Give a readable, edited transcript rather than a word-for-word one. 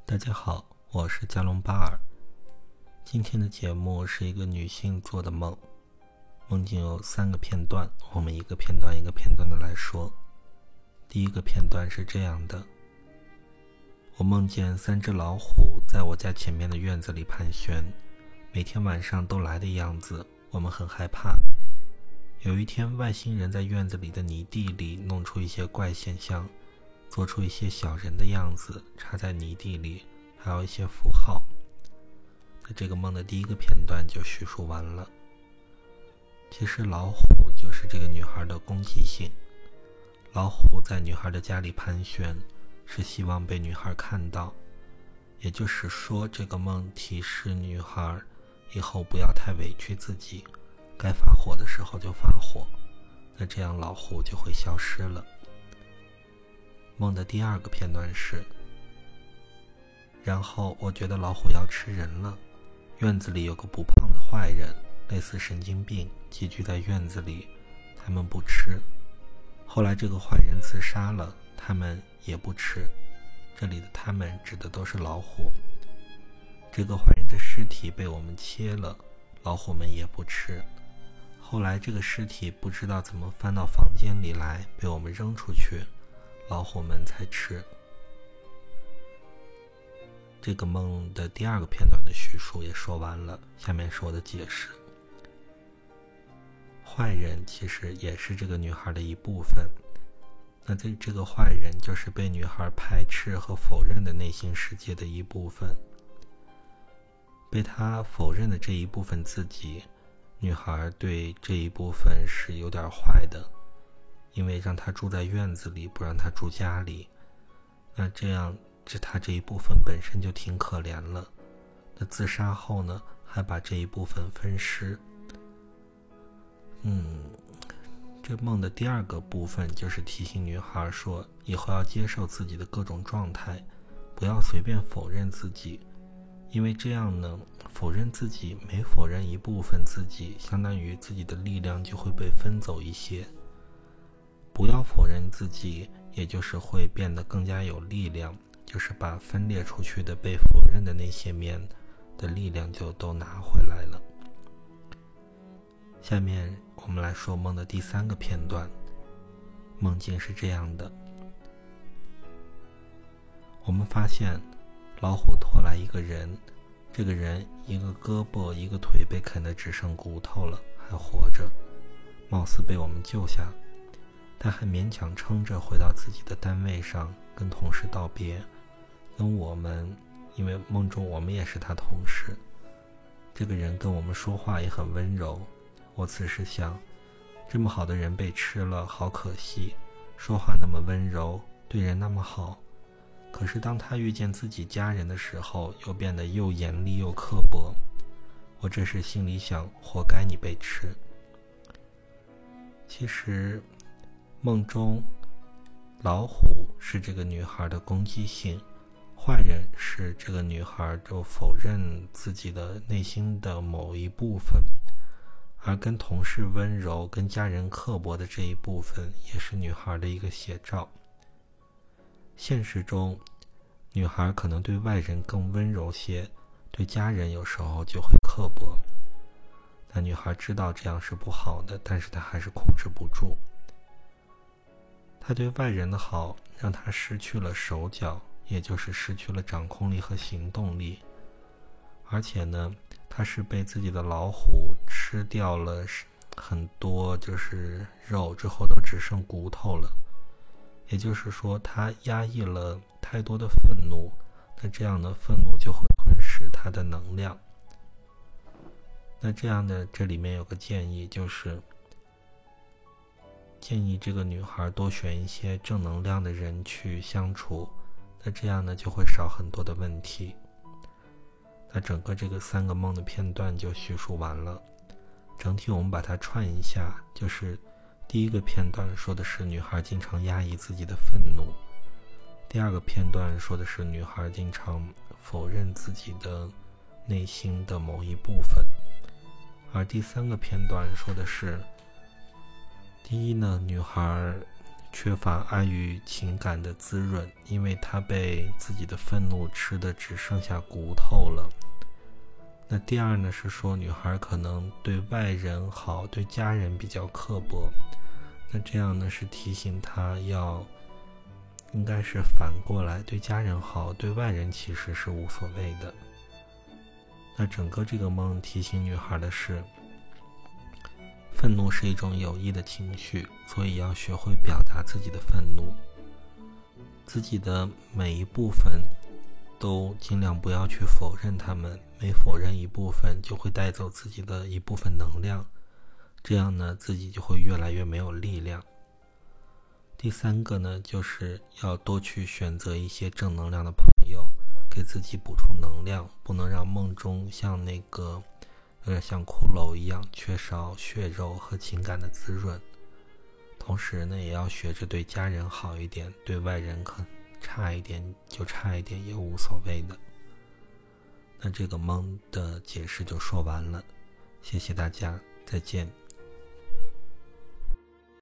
大家好，我是加隆巴尔。今天的节目是一个女性做的梦，梦境有3个片段，我们一个片段一个片段的来说。第一个片段是这样的：我梦见3只老虎在我家前面的院子里盘旋，每天晚上都来的样子，我们很害怕。有一天，外星人在院子里的泥地里弄出一些怪现象，做出一些小人的样子，插在泥地里，还有一些符号。那这个梦的第一个片段就叙述完了。其实老虎就是这个女孩的攻击性，老虎在女孩的家里盘旋，是希望被女孩看到。也就是说，这个梦提示女孩以后不要太委屈自己，该发火的时候就发火，那这样老虎就会消失了。梦的第2个片段是，然后我觉得老虎要吃人了，院子里有个不胖的坏人，类似神经病，寄居在院子里，他们不吃。后来这个坏人自杀了，他们也不吃。这里的他们指的都是老虎。这个坏人的尸体被我们切了，老虎们也不吃。后来这个尸体不知道怎么翻到房间里来，被我们扔出去，老虎们才吃。这个梦的第2个片段的叙述也说完了，下面是我的解释。坏人其实也是这个女孩的一部分，那这个坏人就是被女孩排斥和否认的内心世界的一部分。被她否认的这一部分自己，女孩对这一部分是有点坏的，因为让她住在院子里，不让她住家里，那这样她这一部分本身就挺可怜了。那自杀后呢，还把这一部分分尸。这梦的第2个部分就是提醒女孩说，以后要接受自己的各种状态，不要随便否认自己，因为这样呢，否认自己每否认一部分自己，相当于自己的力量就会被分走一些。不要否认自己，也就是会变得更加有力量，就是把分裂出去的被否认的那些面的力量就都拿回来了。下面我们来说梦的第3个片段。梦境是这样的：我们发现老虎拖来一个人，这个人一个胳膊一个腿被啃得只剩骨头了，还活着，貌似被我们救下。他还勉强撑着回到自己的单位上，跟同事道别，跟我们，因为梦中我们也是他同事。这个人跟我们说话也很温柔。我此时想，这么好的人被吃了，好可惜，说话那么温柔，对人那么好。可是当他遇见自己家人的时候，又变得又严厉又刻薄。我这时心里想，活该你被吃。其实梦中老虎是这个女孩的攻击性，坏人是这个女孩就否认自己的内心的某一部分，而跟同事温柔跟家人刻薄的这一部分也是女孩的一个写照。现实中女孩可能对外人更温柔些，对家人有时候就会刻薄。那女孩知道这样是不好的，但是她还是控制不住。她对外人的好让她失去了手脚，也就是失去了掌控力和行动力。而且呢，她是被自己的老虎吃掉了很多就是肉之后都只剩骨头了。也就是说，她压抑了太多的愤怒，那这样的愤怒就会吞噬她的能量。那这样的这里面有个建议，就是建议这个女孩多选一些正能量的人去相处，那这样呢就会少很多的问题。那整个这个3个梦的片段就叙述完了。整体我们把它串一下，就是第1个片段说的是女孩经常压抑自己的愤怒，第2个片段说的是女孩经常否认自己的内心的某一部分，而第3个片段说的是，第一呢，女孩缺乏爱与情感的滋润，因为他被自己的愤怒吃的只剩下骨头了。那第二呢，是说女孩可能对外人好，对家人比较刻薄。那这样呢，是提醒她应该是反过来，对家人好，对外人其实是无所谓的。那整个这个梦提醒女孩的是，愤怒是一种有益的情绪，所以要学会表达自己的愤怒，自己的每一部分都尽量不要去否认它们，每否认一部分就会带走自己的一部分能量，这样呢，自己就会越来越没有力量。第三个呢，就是要多去选择一些正能量的朋友，给自己补充能量，不能让梦中像那个有点像骷髅一样，缺少血肉和情感的滋润。同时呢，也要学着对家人好一点，对外人可差一点就差一点也无所谓的。那这个梦的解释就说完了，谢谢大家，再见。